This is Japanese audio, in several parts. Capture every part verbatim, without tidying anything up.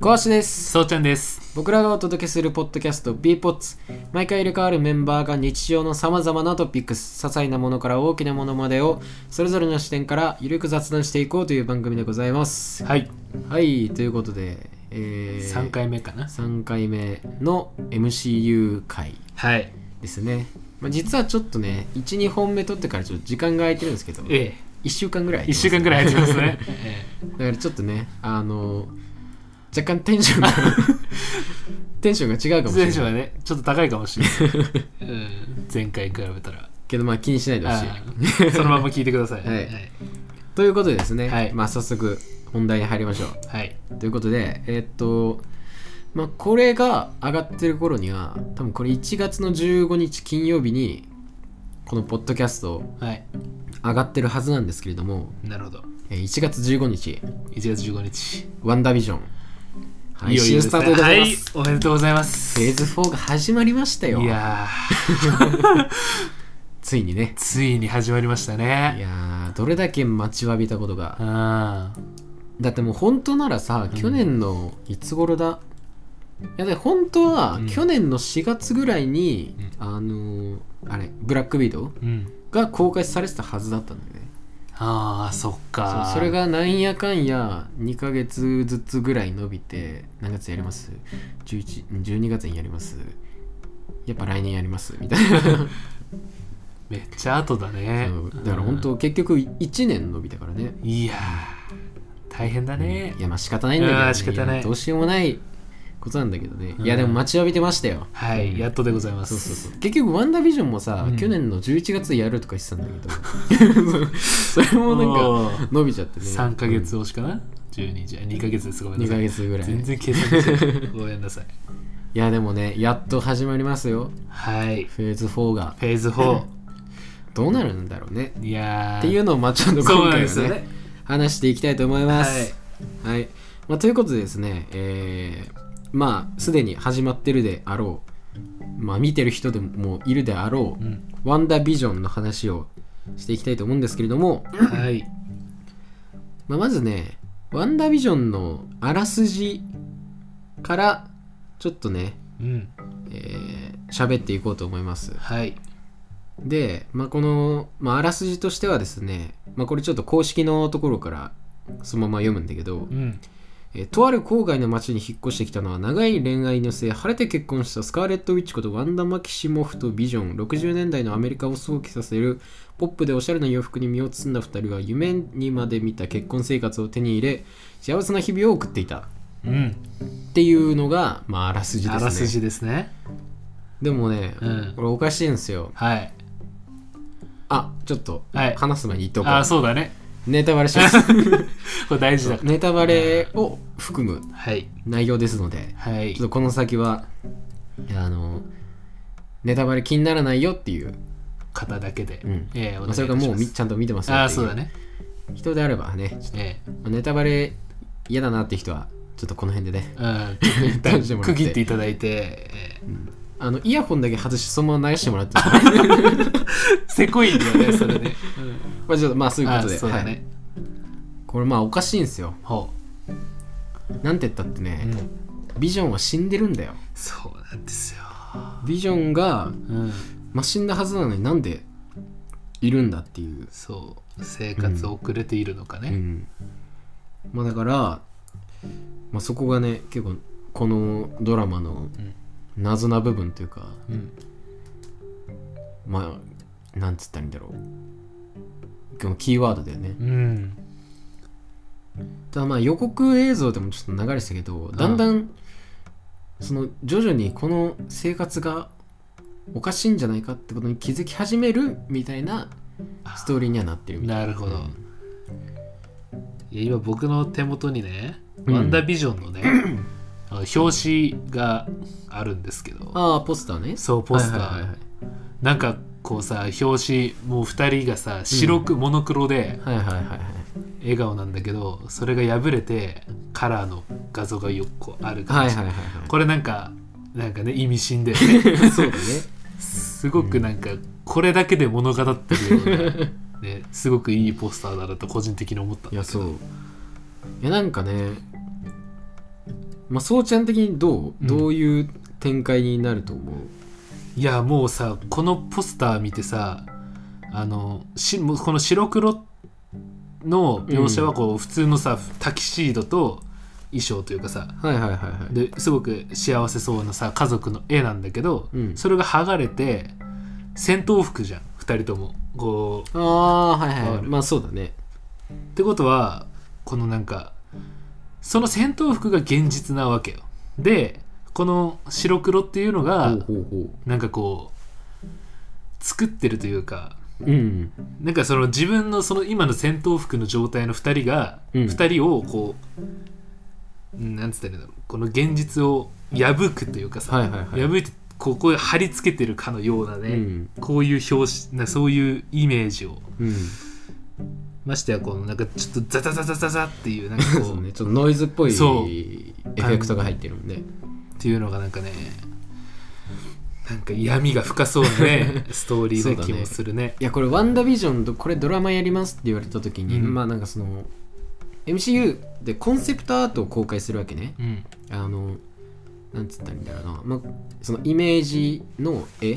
小橋です。 そうちゃんです。 僕らがお届けするポッドキャスト B ポッツ。毎回入れ替わるメンバーが日常のさまざまなトピックス、些細なものから大きなものまでをそれぞれの視点からゆるく雑談していこうという番組でございます。 はいはい、ということで、えー、 さんかいめかな。 さんかいめの エムシーユー 回はいですね。まあ、実はちょっとね いち,に 本目撮ってからちょっと時間が空いてるんですけど、 ええ、 いっしゅうかんぐらいいっしゅうかんぐらい空いてますね。 ええ、だからちょっとねあの若干テンションがテンションが違うかもしれない。 テンションがねちょっと高いかもしれない、うん、前回比べたらけどまあ気にしないでほしい。 そのまま聞いてください、 はいはい、ということでですね、 はい、 まあ早速本題に入りましょう。 はい、 ということでえー、っとまあこれが上がってる頃には多分これいちがつのじゅうごにち金曜日にこのポッドキャスト上がってるはずなんですけれども、 なるほど。 いちがつじゅうごにちいちがつじゅうごにちワンダービジョン配信スタートでございます。 はい、おめでとうございます。 フェーズフォーが始まりましたよ。 いやついにねついに始まりましたね。 いやどれだけ待ちわびたことが。 あだってもう本当ならさ、うん、去年のいつ頃だ、いやで本当は去年のしがつぐらいに、うん、あのー、あれブラックビドウが公開されてたはずだったんだよね。 ああ、そっか。 そ, それがなんやかんやにかげつずつぐらい伸びて、何月やります、じゅういち、じゅうにがつにやります、やっぱ来年やりますみたいなめっちゃ後だね。 だから本当、うん、結局いちねん伸びたからね。 いや大変だね、 うん、いやまあ仕方ないんだけど、ね、 仕方ない、 どうしようもないことなんだけどね、 うん、 いやでも待ちわびてましたよ。 はい、うん、やっとでございます。 そうそうそう、結局ワンダービジョンもさ、うん、去年のじゅういちがつやるとか言ってたんだけどそれもなんか伸びちゃってね。 さんかげつ押しかな、うん、じゅうにじゃにかげつです。ごめんなさい、 にかげつぐらい全然計算できないごめんなさい。 いやでもねやっと始まりますよ。 はい、 フェーズフォーが。 フェーズフォーどうなるんだろうね。 いやっていうのをまあちょっと今回は ね, ね話していきたいと思います。はい、はい、まあ、ということでですね、えー、まあすでに始まってるであろう、まあ見てる人でもいるであろう、うん、ワンダービジョンの話をしていきたいと思うんですけれども、 はい、 まあ、まずねワンダービジョンのあらすじからちょっとね、うん、えー、喋っていこうと思います。 はい。 で、まあ、この、まあ、あらすじとしてはですね、まあ、これちょっと公式のところからそのまま読むんだけど、うん、えとある郊外の町に引っ越してきたのは長い恋愛の末晴れて結婚したスカーレット・ウィッチことワンダ・マキシモフとビジョン。ろくじゅうねんだいのアメリカを想起させるポップでおしゃれな洋服に身を包んだふたりは夢にまで見た結婚生活を手に入れ幸せな日々を送っていた、うん、っていうのが、まあ、あらすじですね。 あらすじですね。 でもね、うん、これおかしいんですよ。 はい。 あ、ちょっと話す前に言っとこう。 はい、あ、そうだね。 ネタバレしますこれ大事だから。 ネタバレを含む内容ですので、はい、ちょっとこの先はあのネタバレ気にならないよっていう方だけで、 うん、えー、まあ、それがもうちゃんと見てますよっていう。 あ、そうだね。 人であればね、えー、ネタバレ嫌だなって人はちょっとこの辺でね、うん、 区切っていただいて、えーうん、あのイヤホンだけ外してそのまま流してもらってせこいんだよねそれね、うん、 まあちょっとまあそういうことで、 そうだね、 はい、これまあおかしいんですよ。 ほうなんて言ったってね、うん、ビジョンは死んでるんだよ。 そうなんですよ。 ビジョンが、うん、まあ、死んだはずなのになんでいるんだっていう。 そう生活遅れているのかね、うんうん、 まあだから、まあ、そこがね結構このドラマの謎な部分というか、うん、まあなんつったらいいんだろう、キーワードだよね、うん、ただまあ予告映像でもちょっと流れてたけど、だんだんその徐々にこの生活がおかしいんじゃないかってことに気づき始めるみたいなストーリーにはなってるみたいな。 なるほど、うん、いや今僕の手元にね、うん、ワンダービジョンのね表紙があるんですけど、 ああポスターね。 そうポスター、はいはいはいはい、なんかこうさ表紙もうふたりがさ白くモノクロで笑顔なんだけど、それが破れてカラーの画像がよくある感じ、はいはいはいはい、これなんかなんかね意味深で、ね、 そうだねすごくなんかこれだけで物語ってるような、ね、すごくいいポスターだなと個人的に思ったんだけど。 いやそういやなんかねまあそうちゃん的にどう、うん、どういう展開になると思う？ いやもうさこのポスター見てさあのしこの白黒の描写はこう普通のさ、うん、タキシードと衣装というかさ、 はいはいはいはい、 ですごく幸せそうなさ家族の絵なんだけど、うん、それが剥がれて戦闘服じゃんふたりともこう。ああはいはい、まあそうだね。 ってことはこのなんかその戦闘服が現実なわけよ。でこの白黒っていうのがなんかこう作ってるというか、うん、なんかその自分のその今の戦闘服の状態のふたりが、うん、ふたりをこうなんつったらいいんだろう、この現実を破くというかさ、はいはいはい、破いてここへ貼り付けてるかのようなね、うん、こういう表紙なそういうイメージを、うん、ましてやこのなんかちょっとザザザザザザっていうなんかこうね、ちょっとノイズっぽいエフェクトが入ってるんでっていうのがなんかねなんか闇が深そうなねストーリーな気もする ね, ねいやこれワンダービジョンとこれドラマやりますって言われた時に、うん、まあなんかその エムシーユー でコンセプトアートを公開するわけね、うん、あのなんつったらいいんだろうな、まあ、そのイメージの絵、うん、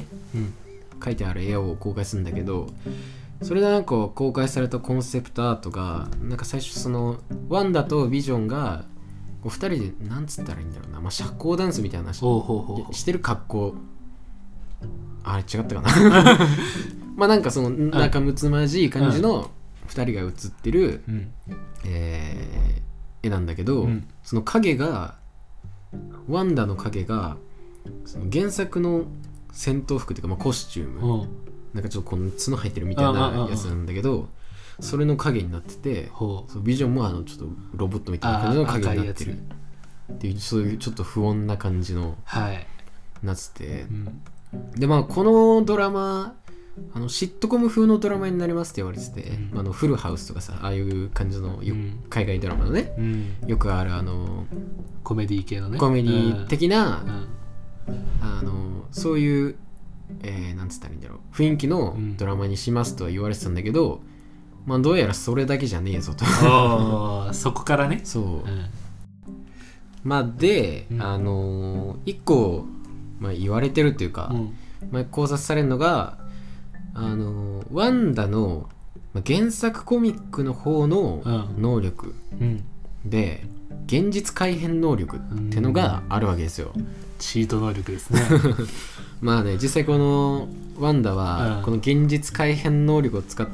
書いてある絵を公開するんだけど、それでなんか公開されたコンセプトアートがなんか最初そのワンダとビジョンがこうふたりでなんつったらいいんだろうな、まあ、社交ダンスみたいなほうほうほうしてる格好、あれ違ったかなまあなんかその仲睦まじい感じのふたりが写ってる、うん、えー、絵なんだけど、うん、その影がワンダの影がその原作の戦闘服っていうか、まあ、コスチューム、うん、なんかちょっとこの角入ってるみたいなやつなんだけど、それの影になってて、そうビジョンもあのちょっとロボットみたいな感じの影になってるっていう、そういうちょっと不穏な感じの、はい、なってて、うん、でまあこのドラマあのシットコム風のドラマになりますって言われてて、うん、あのフルハウスとかさああいう感じの、うん、海外ドラマのね、うん、よくあるあのコメディ系のねコメディ的な、うん、あのそういう、えー、なんつったらいいんだろう雰囲気のドラマにしますとは言われてたんだけど、まあどうやらそれだけじゃねえぞとそこからねそう、うん、まあで、うん、あの一個、まあ、言われてるっていうか、うん、まあ、考察されるのがあのワンダの原作コミックの方の能力で、うん、現実改変能力ってのがあるわけですよ。 チート能力ですねまあね実際このワンダはこの現実改変能力を使って、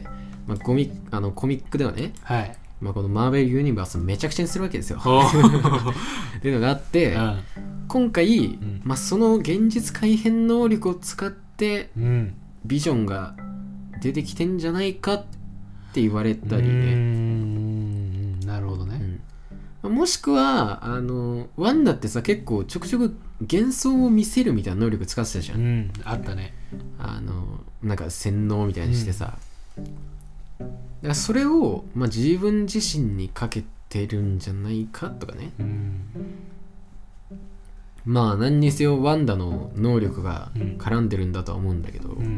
まあ、コミあのコミックではね、はい、まあ、このマーベルユニバースをめちゃくちゃにするわけですよっていうのがあって、うん、今回、うん、まあ、その現実改変能力を使って、うん、ビジョンが出てきてんじゃないかって言われたりね。うーん、なるほどね、 うん、もしくはあのワンダってさ結構ちょくちょく幻想を見せるみたいな能力使ってたじゃん、 うん、あったね。 あのなんか洗脳みたいにしてさ、うん、だからそれを、まあ、自分自身にかけてるんじゃないかとかね、うん、まあ何にせよワンダの能力が絡んでるんだとは思うんだけど、うん、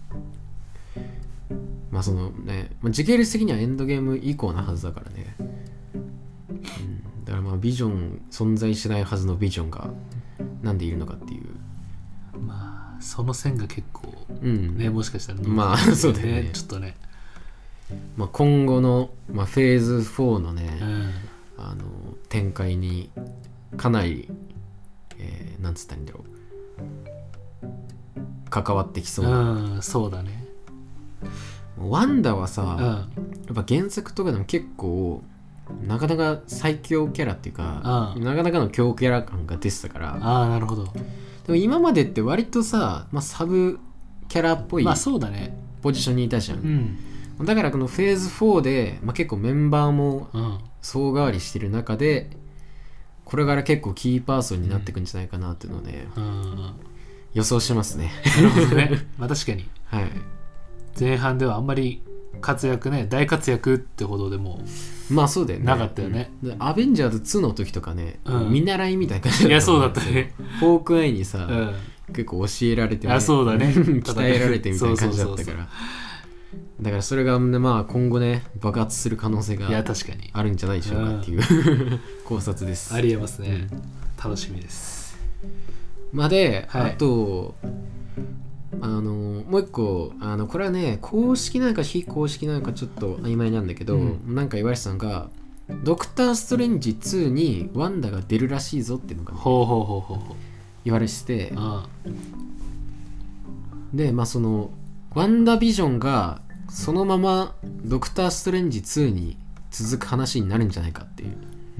まあそのね、まあ、時系列的にはエンドゲーム以降なはずだからね、うん、だからまあビジョン存在しないはずのビジョンがなんでいるのかっていう、 まあその線が結構ね、うん、もしかしたら、ね、 まあそうだよね、 ちょっとね、 まあ、今後の、まあ、フェーズフォーのね、うん、あの展開にかなり、えー、なんつったらいいんだろう関わってきそうな、 うん、そうだね。 ワンダはさ、うん、やっぱ原作とかでも結構なかなか最強キャラっていうか、うん、なかなかの強キャラ感が出てたから。 ああなるほど。 でも今までって割とさ、まあ、サブキャラっぽいポジションにいたじゃん、うん、だからこのフェーズフォーで、まあ、結構メンバーも総変わりしてる中で、これから結構キーパーソンになっていくんじゃないかなっていうのをね、うん、予想してますね。 なるほどねまあ確かに、 はい、 前半ではあんまり活躍ね大活躍ってほどでもまあそうだよねなかったよね、 うん、アベンジャーズツーの時とかね、うん、見習いみたいな感じだった。 いやそうだったね。 フォークアイにさ、うん、結構教えられて、 ね、あそうだね鍛えられてみたいな感じだったからだからそれが、まあ、今後ね爆発する可能性がいや確かにあるんじゃないでしょうかっていう考察です。 ありえますね、うん、楽しみです。 まあで、はい、あとあのもう一個あのこれはね公式なのか非公式なのかちょっと曖昧なんだけど、うん、なんか言われてたのがドクターストレンジツーにワンダが出るらしいぞっていうのが、ね、 ほうほうほうほう言われてて、ああでまあそのワンダビジョンがそのままドクターストレンジツーに続く話になるんじゃないかっていう、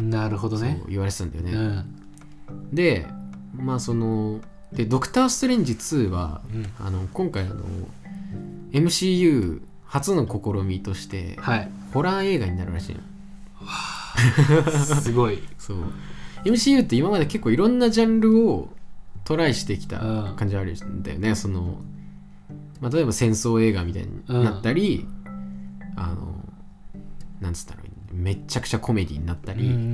なるほどね、 そう言われてたんだよね、うん、でまあそのでドクターストレンジツーは、うん、あの今回あの エムシーユー 初の試みとして、はい、ホラー映画になるらしいの。 すごいそう エムシーユー って今まで結構いろんなジャンルをトライしてきた感じあるんだよね、うん、その、まあ、例えば戦争映画みたいになったり、うん、あのなんつったらめっちゃくちゃコメディになったり、うんうんうんうん、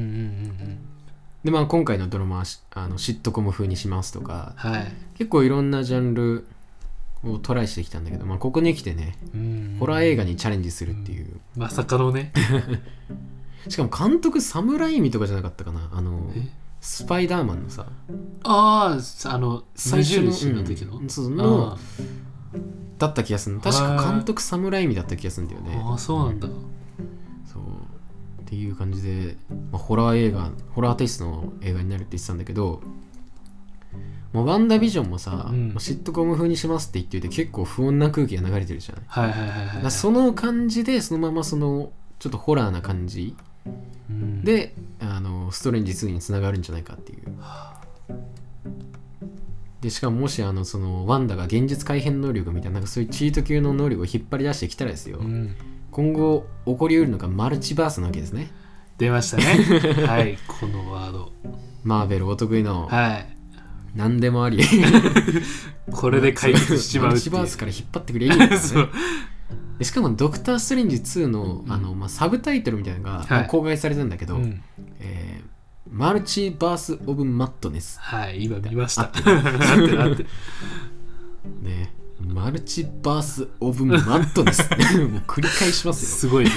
でまあ今回のドラマはあのシットコム風にしますとか、はい、結構いろんなジャンルをトライしてきたんだけど、まあ、ここに来てね、うんうん、ホラー映画にチャレンジするっていう、 うん、まさかのねしかも監督サムライミとかじゃなかったかな、あのスパイダーマンのさあああの最初の時の、 うん、そうのだった気がする。確か監督サムライミだった気がするんだよね。 ああそうなんだ、うん、 そうっていう感じで、まあ、ホラー映画ホラーテイストの映画になるって言ってたんだけど、もうワンダービジョンもさ、うん、シットコム風にしますって言っていて結構不穏な空気が流れてるじゃない。 はいはいはいはい、はい、 その感じでそのままそのちょっとホラーな感じ、うん、であのストレンジツーにつながるんじゃないかっていう。でしかももしあのそのワンダが現実改変能力みたいな、なんかそういうチート級の能力を引っ張り出してきたらですよ、うん、今後起こりうるのがマルチバースなわけですね。 出ましたねはいこのワードマーベルお得意の、 はい、 何でもありこれで解決しちまうっていうマルチバースから引っ張ってくれいいんですねでしかもドクターストレンジツーの、うん、あのまあ、サブタイトルみたいなのが、はい、公開されたんだけど、うんえーマルチバースオブマットネス。 はい、今見ました。あってるあってるね、マルチバースオブマットネス。もう繰り返しますよ。 すごいです。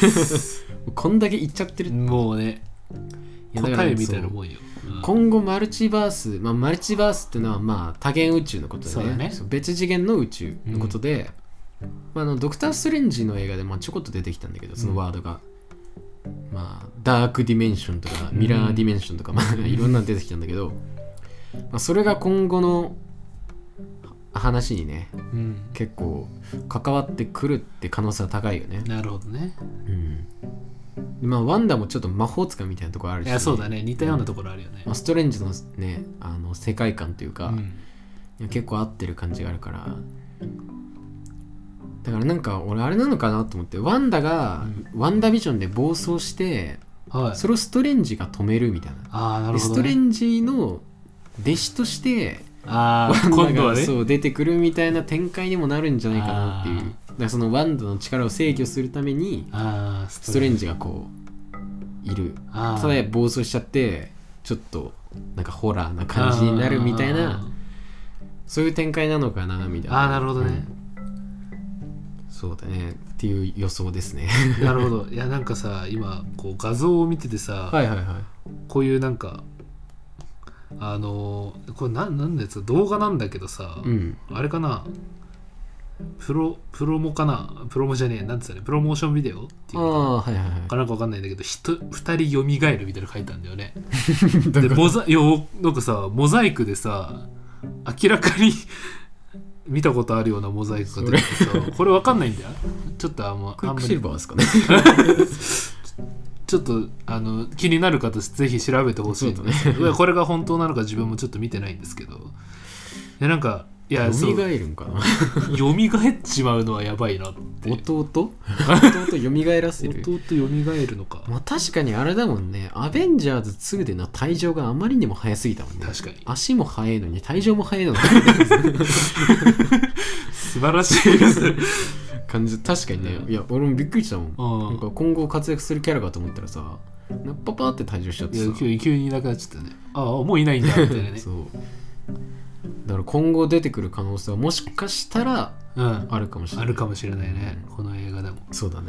こんだけ言っちゃってる。 もうね、いや答えみたいなもんよ。 うん、今後マルチバース、まあ、マルチバースっていうのはまあ多元宇宙のことで ね, ね別次元の宇宙のことで、うんまあ、あのドクターストレンジの映画でまあちょこっと出てきたんだけど、そのワードが。うんまあ、ダークディメンションとかミラーディメンションとか、うん、まあ、いろんなの出てきたんだけど、まあ、それが今後の話にね、うん、結構関わってくるって可能性は高いよね。 なるほどね、 うんまあ、ワンダもちょっと魔法使いみたいなところあるし、ね、 いやそうだね、似たようなところあるよね、 まあ、ストレンジの、ね、あの世界観というか、うん、結構合ってる感じがあるから、だからなんか俺あれなのかなと思って、ワンダがワンダビジョンで暴走して、うん、それをストレンジが止めるみたいな。 あーなるほどね、 ストレンジの弟子としてあワンダがそう出てくるみたいな展開にもなるんじゃないかなっていう。だからそのワンダの力を制御するためにあストレンジがこういる。ただ暴走しちゃってちょっとなんかホラーな感じになるみたいな、そういう展開なのかなみたいな。 ああなるほどね、うんそうだねっていう予想ですねなるほど。いやなんかさ今こう画像を見ててさ、 はいはいはい、 こういうなんかあのこれなんなんだやつ動画なんだけどさ、うん、あれかなプロプロモかなプロモじゃねえなんつうのプロモーションビデオっていうのかな、 はいはいはい、 かなんかわかんないんだけど人ふたり蘇るみたいなの書いたんだよねでモザいやなんかさモザイクでさ明らかに見たことあるようなモザイクが出てきてさ、これわかんないんだよ。ちょっとあんまクイックシルバーですかねちょっとあの気になる方ぜひ調べてほしいんですけど、ね、これが本当なのか自分もちょっと見てないんですけど、いやなんかいや蘇るんかな蘇っちまうのはやばいなって。 弟弟蘇らせる弟蘇るのか。 まあ確かにあれだもんね、アベンジャーズツーでの退場があまりにも早すぎたもんね。 確かに足も速いのに退場も速いの素晴らしいです感じ。確かにね、いや俺もびっくりしたもん。なんか今後活躍するキャラかと思ったらさ、パパって退場しちゃってさ、 いや急にいなくなっちゃったね。ああもういないんだみたいなねそうだから今後出てくる可能性はもしかしたらあるかもしれない、 うん、あるかもしれないね、うん、この映画でも。 そうだね。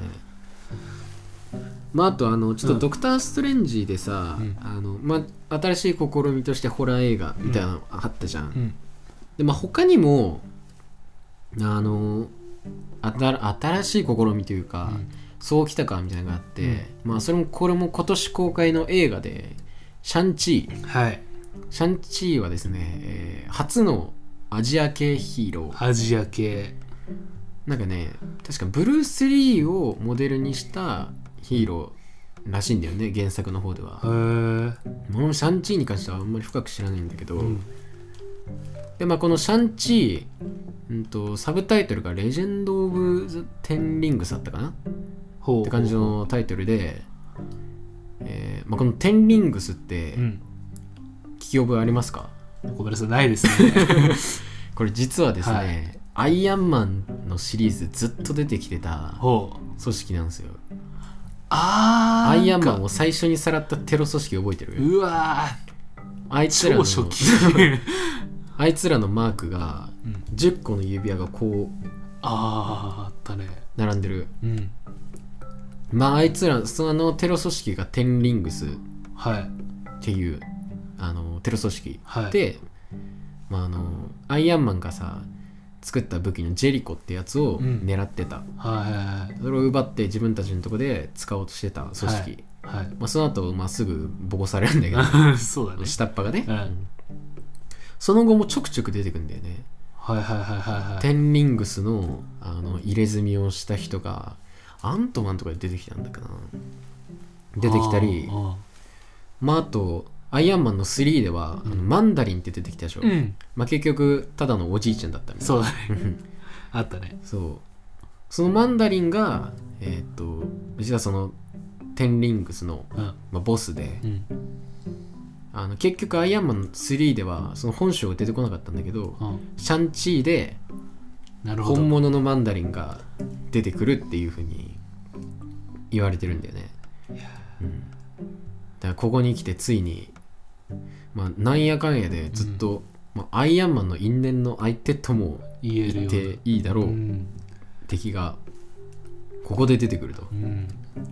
まああとあのちょっとドクターストレンジでさ、うん、あのまあ新しい試みとしてホラー映画みたいなのあったじゃん、うん、でまあ他にもあのあた新しい試みというか、うん、そうきたかみたいなのがあって、うん、まあそれもこれも今年公開の映画でシャンチー、 はい、 シャンチーはですね、えー、初のアジア系ヒーロー、 アジア系なんかね確かブルース・リーをモデルにしたヒーローらしいんだよね、原作の方では。へー。 俺もシャンチーに関してはあんまり深く知らないんだけど、うん、でまあこのシャンチー、うんと、サブタイトルがレジェンド・オブ・ザ・テン・リングスだったかなほうって感じのタイトルで、えーまあ、このテン・リングスって、うん、聞き覚えありますか？ ごめんなさい、ないですねこれ実はですね、はい、アイアンマンのシリーズずっと出てきてた組織なんですよ。 あアイアンマンを最初にさらったテロ組織覚えてる？ うわあいつらの超初期あいつらのマークがじゅっこの指輪がこう、 あーあったね並んでる、 うん、 まああいつらそのテロ組織がテンリングスっていう、はい、あのテロ組織、はい、で、まあ、あのアイアンマンがさ作った武器のジェリコってやつを狙ってた、うんはいはいはい、 それを奪って自分たちのとこで使おうとしてた組織、 はいはい、 まあ、その後、まあ、すぐボコされるんだけどそうだね、 下っ端がね、 うん、 その後もちょくちょく出てくんだよね。 はいはいはいはいはい、 テンリングス の, あの入れ墨をした人がアントマンとかで出てきたんだかな、出てきたり、あ, あ, まあ、あとアイアンマンのスリーでは、うん、あのマンダリンって出てきたでしょ、うん、まあ、結局ただのおじいちゃんだったみたいな。 そうだねあったね。 そうそのマンダリンがえー、っと実はそのテンリングス の、うんまあ、ボスで、うん、あの結局アイアンマンスリーではその本性が出てこなかったんだけど、うん、シャンチーで本物のマンダリンが出てくるっていう風に言われてるんだよね、うん、だからここに来てついに、まあ、なんやかんやでずっと、うんまあ、アイアンマンの因縁の相手とも言っていいだろう、うん、敵がここで出てくると、うん、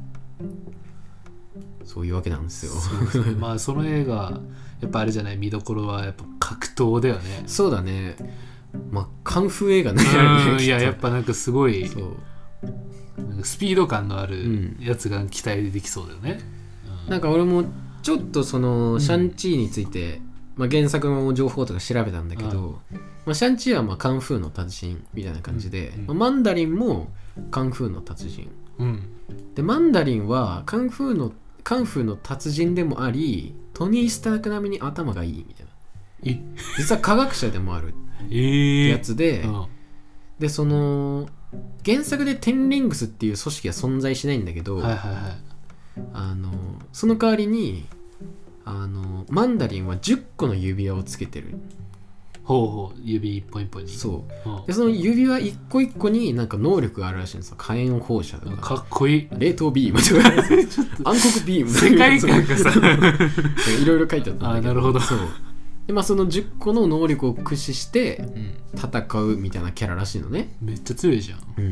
そういうわけなんですよ。 そうそうまあその映画やっぱあれじゃない、見どころはやっぱ格闘だよね。 そうだね、まあカンフー映画ねいややっぱなんかすごいそうなんかスピード感のあるやつが期待できそうだよね、 うんうん、なんか俺もちょっとそのシャンチーについて、うんまあ、原作の情報とか調べたんだけど、まあ、シャンチーはまあカンフーの達人みたいな感じで、うんまあ、マンダリンもカンフーの達人、うん、でマンダリンはカンフーのカンフーの達人でもありトニー・スターク並みに頭がいいみたいな、実は科学者でもあるってやつで、えー、でその原作でテンリングスっていう組織は存在しないんだけど、はいはいはい、あのその代わりにあのマンダリンはじゅっこの指輪をつけてる。 ほうほう、指一本一本に。 そうでその指輪一個一個になんか能力があるらしいんですよ。火炎放射とかかっこいい冷凍ビームとか暗黒ビーム世界観がさいろいろ書いてあったんだけど、 あなるほど。 そうで、まあ、そのじゅっこの能力を駆使して戦うみたいなキャラらしいのね、 うん、めっちゃ強いじゃん、 うん、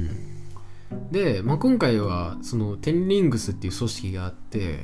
で、まあ、今回はそのテンリングスっていう組織があって、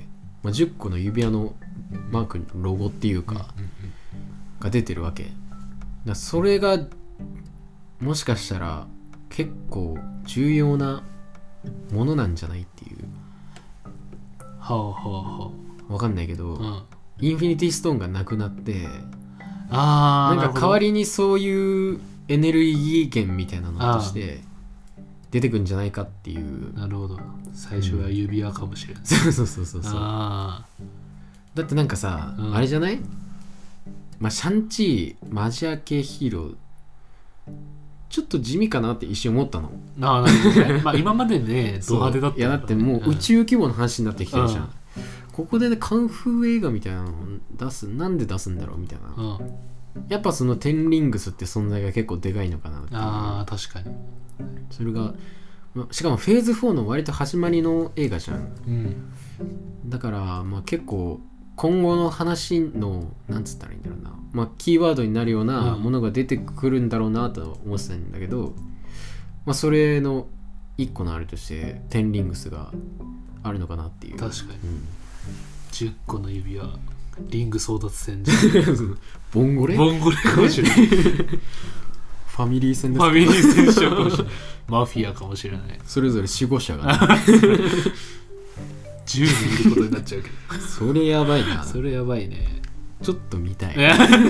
まあ、じゅっこの指輪のマークロゴっていうか、うんうんうん、が出てるわけだ。それがもしかしたら結構重要なものなんじゃないっていう。 はあはあはあわかんないけど、うん、インフィニティストーンがなくなってあなんか代わりにそういうエネルギー源みたいなのとして出てくんじゃないかっていう。 なるほど、最初は指輪かもしれない、うん、 そうそうそうそうそう。あだってなんかさ、うん、あれじゃない、まあ、シャンチーアジア系ヒーローちょっと地味かなって一瞬思ったの。 ああなるほどねまあ今までねド派手だった、ね、 いやだってもう宇宙規模の話になってきてるじゃん、うん、ここでねカンフー映画みたいなの出す、なんで出すんだろうみたいな、うん、やっぱそのテンリングスって存在が結構でかいのかなって。 ああ確かに。 それがしかもフェーズフォーの割と始まりの映画じゃん、うん、だからまあ結構今後の話のなんつったらいいんだろうな、まあキーワードになるようなものが出てくるんだろうなと思ってたんだけど、 まあそれの一個のあれとしてテンリングスがあるのかなっていう。 確かに、 うん、 じゅっこの指輪リング争奪戦じゃボンゴレボンゴレかもしれないファミリー戦ですか。 ファミリー戦しようかもしれないマフィアかもしれない。 それぞれ守護者が、ね、 じゅうにんいることになっちゃうけどそれやばいな。 それやばいね。 ちょっと見たい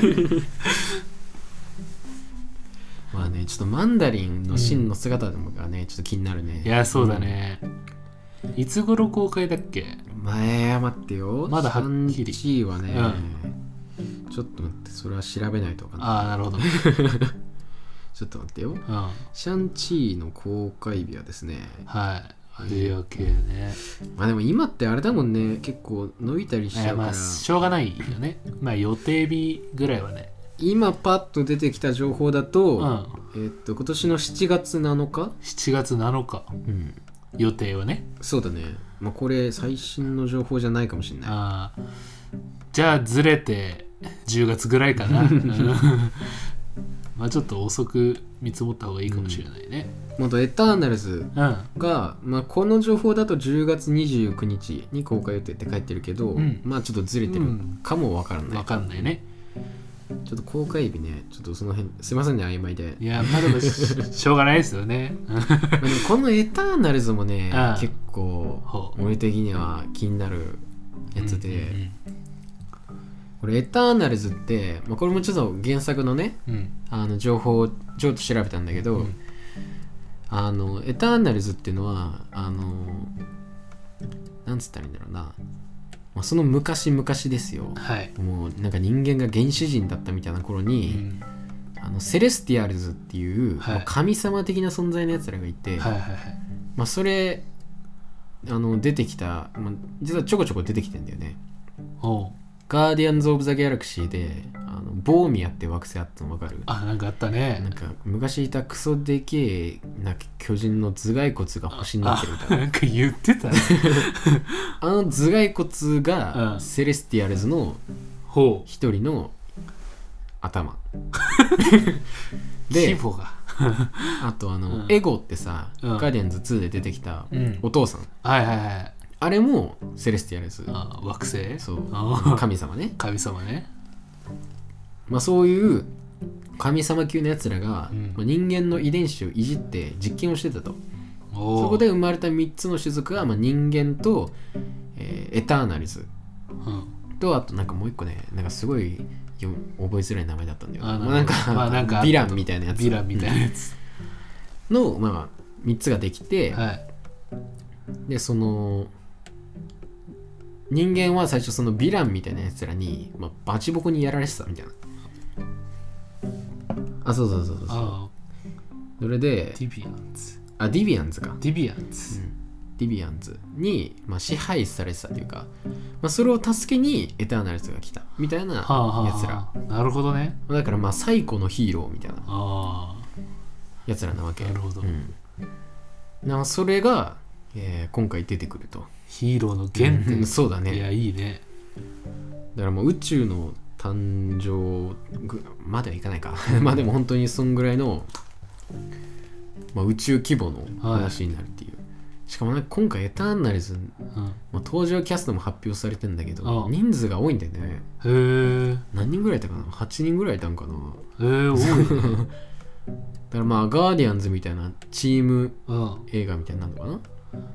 まあね、ちょっとマンダリンの真の姿でもがね、うん、ちょっと気になるね。 いやそうだね、うん、いつ頃公開だっけ。 前待ってよ、 まだはっきりシャンチーはね、うん、ちょっと待って、それは調べないとかな。 ああなるほどちょっと待ってよ、 うん、 シャンチーの公開日はですね、 はいレア系ね。 まあでも今ってあれだもんね、結構伸びたりしちゃうから、まあ、 しょうがないよね。まあ予定日ぐらいはね。 今パッと出てきた情報だと、 うん、 えー、っと今年のしちがつなのかしちがつなのか、うん、予定はね。 そうだね、まあ、これ最新の情報じゃないかもしれない。 あじゃあずれてじゅうがつぐらいかなまあちょっと遅く見積もった方がいいかもしれないね。 もっとエターナルズが、うんまあ、この情報だとじゅうがつにじゅうくにちに公開予定って書いてるけど、うん、まあちょっとずれてるかもわからない、 わかんないね。 ちょっと公開日ね、ちょっとその辺すいませんね、曖昧で。 いやまあでも し, しょうがないですよねまあでもこのエターナルズもね結構俺的には気になるやつで、うんうんうん、これエターナルズって、まあ、これもちょっと原作のね、うん、あの情報をちょっと調べたんだけど、うん、あのエターナルズっていうのはあのなんつったらいいんだろうな、まあ、その昔々ですよ、はい、もうなんか人間が原始人だったみたいな頃に、うん、あのセレスティアルズっていう、はい、神様的な存在のやつらがいて、はいはいはい、まあ、それあの出てきた、まあ、実はちょこちょこ出てきてんだよね。おうガーディアンズ・オブ・ザ・ギャラクシーであのボーミアって惑星あったの分かる？ あ、なんかあったね。 なんか昔いたクソでけえな巨人の頭蓋骨が星になってるみたいな。 なんか言ってたねあの頭蓋骨がセレスティアルズの一人の頭で、 規模があとあの、うん、エゴってさ、うん、ガーディアンズツーで出てきたお父さん、うん、 はいはいはい、 あれもセレスティアルズ、 あ惑星、 そう神様ね、 神様ね。 まあそういう神様級のやつらが、うんまあ、人間の遺伝子をいじって実験をしてたと。そこで生まれたみっつの種族が、まあ、人間と、えー、エターナルズ、うん、とあとなんかもう一個ね、なんかすごいよ覚えづらい名前だったんだよ。あまあ、なんか、まあ、なんかヴィランみたいなやつ、 ヴィランみたいなやつの、まあ、みっつができて、はい、でその人間は最初そのヴィランみたいなやつらに、まあ、バチボコにやられてたみたいな。あ、そうそうそうそうそう。それでディビアンズあディビアンズかディビアンズ、うん、 ディビアンズに、まあ、支配されてたというか、まあ、それを助けにエターナルズが来たみたいなやつら、はあはあ、なるほどね。 だからまあ最古のヒーローみたいなやつらなわけ。 なるほど、うん、 なそれが、えー、今回出てくると。 ヒーローの原点、 うん、そうだね。 いやいいね。 だからもう宇宙の誕生まではいかないかまあでも本当にそんぐらいの、まあ、宇宙規模の話になるっていう、はい、しかもなんか今回エターナルズ、うんまあ、登場キャストも発表されてんだけど人数が多いんだよね。へえ。何人ぐらいいたかな、はちにんぐらいいたんかな。 へえ、多いねだからまあガーディアンズみたいなチーム映画みたいになるのかな。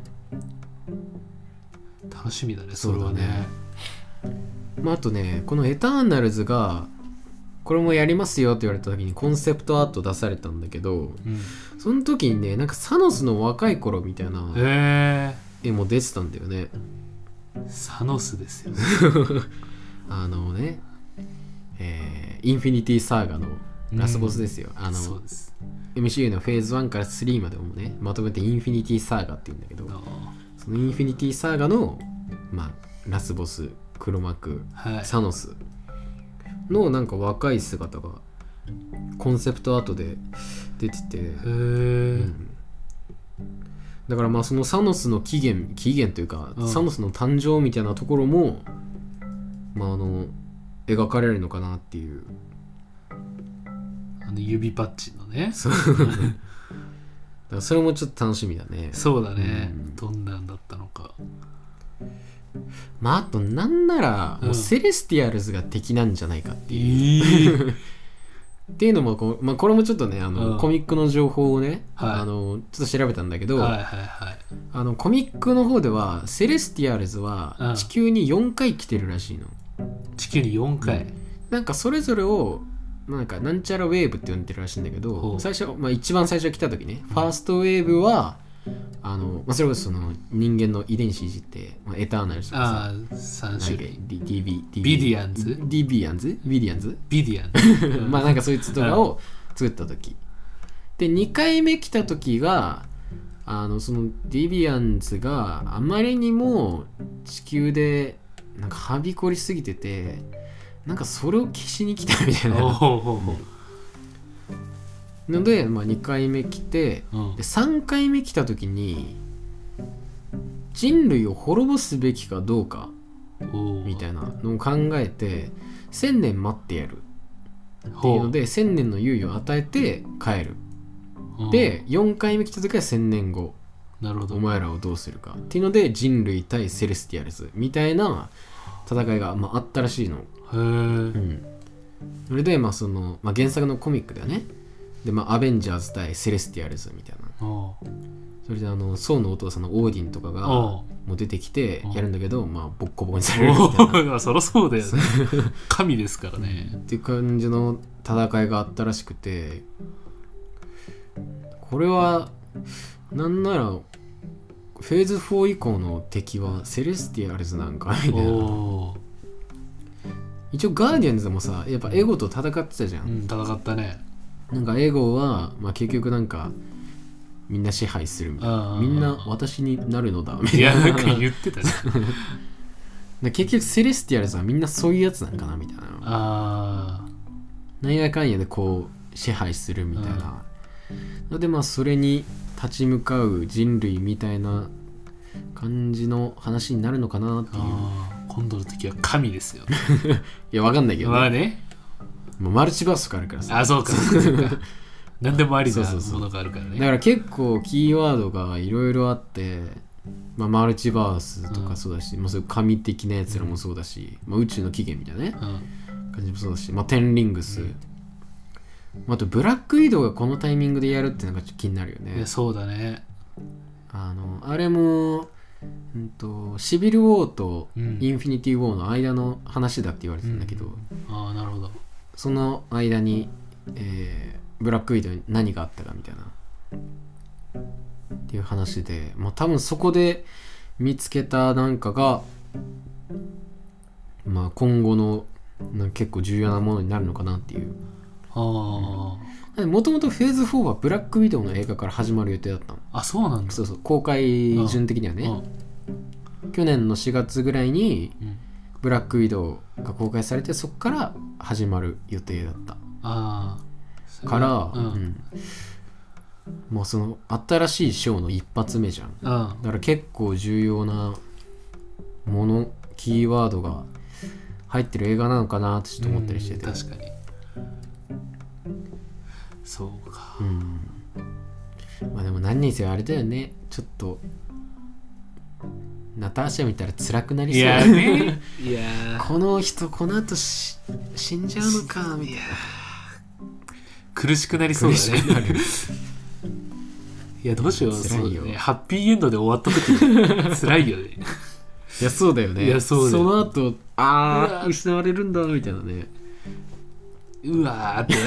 楽しみだねそれはね。 まあ、あとねこのエターナルズがこれもやりますよって言われた時にコンセプトアート出されたんだけど、うん、その時にねなんかサノスの若い頃みたいな絵も出てたんだよね。 サノスですよあのね、えー、インフィニティサーガのラスボスですよ、うん、あのそうです。 エムシーユー のフェーズワンからスリーまでもねまとめてインフィニティサーガって言うんだけど、そのインフィニティサーガの、まあ、ラスボス黒幕、はい、サノスのなんか若い姿がコンセプトアートで出てて、へー、うん、だからまあそのサノスの起源起源というか、うん、サノスの誕生みたいなところもまああの描かれるのかなっていう。 あの指パッチンのねそうらそれもちょっと楽しみだね。 そうだね、うん、どんなんだったのか。 まああとなんならもうセレスティアルズが敵なんじゃないかっていう、うん、っていうのもこう、まあ、これもちょっとねあの、うん、コミックの情報をね、はい、あのちょっと調べたんだけど、はいはいはい、あのコミックの方ではセレスティアルズは地球によんかい来てるらしいの、 うん、地球によんかい、 うん、なんかそれぞれをなんかなんちゃらウェーブって呼んでるらしいんだけど、最初、まあ、一番最初来た時ね、ファーストウェーブはあの、まあ、それこそその人間の遺伝子いじって、まあ、エターナルズとかさ、 あさん種類ディービービディアンズディビアンズビディアンズビディアンズまあなんかそいつとかを作った時で、にかいめ来た時があのそのディビアンズがあまりにも地球でなんかはびこりすぎてて、なんかそれを消しに来たみたいなので、まあ、にかいめ来て、うん、でさんかいめ来た時に人類を滅ぼすべきかどうかみたいなのを考えてせんねん待ってやるっていうのでせんねんの猶予を与えて帰る。でよんかいめ来た時はせんねんご、 なるほど、 お前らをどうするかっていうので人類対セレスティアルズみたいな戦いが、まあ、あったらしいの。へー、うん、 それで、まあそのまあ、原作のコミックだよね。で、まあ、アベンジャーズ対セレスティアルズみたいな。それであのソウのお父さんのオーディンとかがもう出てきてやるんだけど、まあ、ボッコボコにされるみたいなそりゃそうだよね神ですからねっていう感じの戦いがあったらしくて、これはなんならフェーズフォー以降の敵はセレスティアルズなんかみたいな。一応ガーディアンズでもさやっぱエゴと戦ってたじゃん、 うん、戦ったね。 なんかエゴは、まあ、結局なんかみんな支配するみたいな、みんな私になるのだみたいな、いやなんか言ってたじゃん結局セレスティアルズはみんなそういうやつなんかなみたいな、 あなんやかんやでこう支配するみたいなので、まあそれに立ち向かう人類みたいな感じの話になるのかなっていう。 あ今度の時は神ですよいやわかんないけど、ね、 まあね、 もうマルチバースとかあるからさ。 あそうかそうか何でもありなものがあるからね。 だから結構キーワードがいろいろあって、まあ、マルチバースとかそうだし、うんまあ、そういう神的なやつらもそうだし、うんまあ、宇宙の起源みたいなね、うん、感じもそうだし、まあ、テンリングス、うんあとブラックウィドウがこのタイミングでやるっていうのがちょっと気になるよね。 いやそうだね。 あのあれも、うんと、シビルウォーとインフィニティウォーの間の話だって言われてたんだけど、うんうん、ああなるほど。 その間に、えー、ブラックウィドウに何があったかみたいなっていう話で、まあ、多分そこで見つけたなんかが、まあ、今後のなんか結構重要なものになるのかなっていう。もともとフェーズフォーはブラックウィドウの映画から始まる予定だったの。 あ、そうなんだ。 そうそう、公開順的にはね。去年のしがつぐらいにブラックウィドウが公開されて、そこから始まる予定だった。 あから、うんうん、もうその新しいショーの一発目じゃん。だから結構重要なもの、キーワードが入ってる映画なのかなってちょっと思ったりしてて。 確かに。そうか、 うん、まあでも何にせよあれだよね、ちょっとナターシャ見たら辛くなりそう。いやねいやこの人この後し死んじゃうのかみたいな、 苦しくなりそうだねいやどうしよう、辛いよ、ね、ハッピーエンドで終わった時辛いよねいやそうだよね。 いやそうだよ。 その後ああ失われるんだみたいなね、 うわーって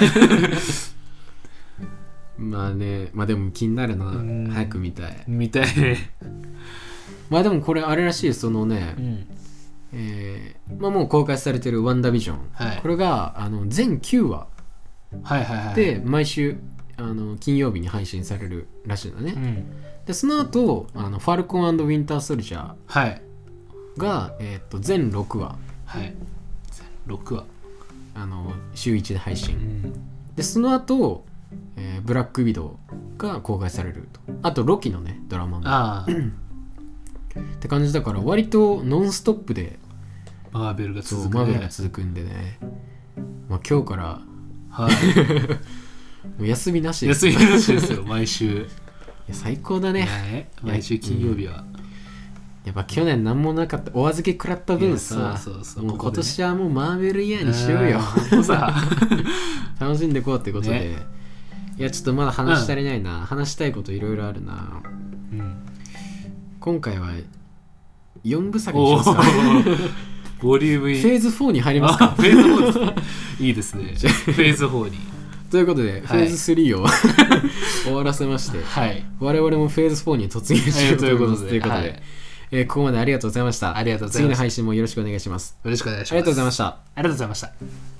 まあね、まあでも気になるな、早く見たい見たいねまあでもこれあれらしい、そのね、うんえーまあ、もう公開されてるワンダービジョン、はい、これがあの全きゅうわで毎週あの金曜日に配信されるらしいんだね、うん、でその後あのファルコン&ウィンターソルジャーが、はいえー、と全ろくわ、 はい、全ろくわあの週いちで配信、うん、でその後えー、ブラックウィドウが公開されると。あとロキのねドラマもあって感じだから、割とノンストップでマーベルが続く、ね、 マーベルが続くんでね、まあ、今日から、はい、もう休みなしです休みなしですよ毎週や最高だね。 ね、毎週金曜日は、 やっぱ去年何もなかった、お預け食らった分さ、 そうそうそう、 もうここでね、 今年はもうマーベルイヤーにしようよ。 さ楽しんでいこうってことで、 ね、 いやちょっとまだ話し足りないな、うん、話したいこといろいろあるな、うん、今回はよんぶ作にしますか。 ボリュームフェーズフォーに入りますか。 フェーズフォーですね。いいですね。フェーズフォーに。 ということで、はい、フェーズスリーを終わらせまして、はい、我々もフェーズフォーに突入しようということで、ということで、はい、えー、ここまでありがとうございました。 ありがとうございます。 次の配信もよろしくお願いします。 よろしくお願いします。 ありがとうございました。ありがとうございました。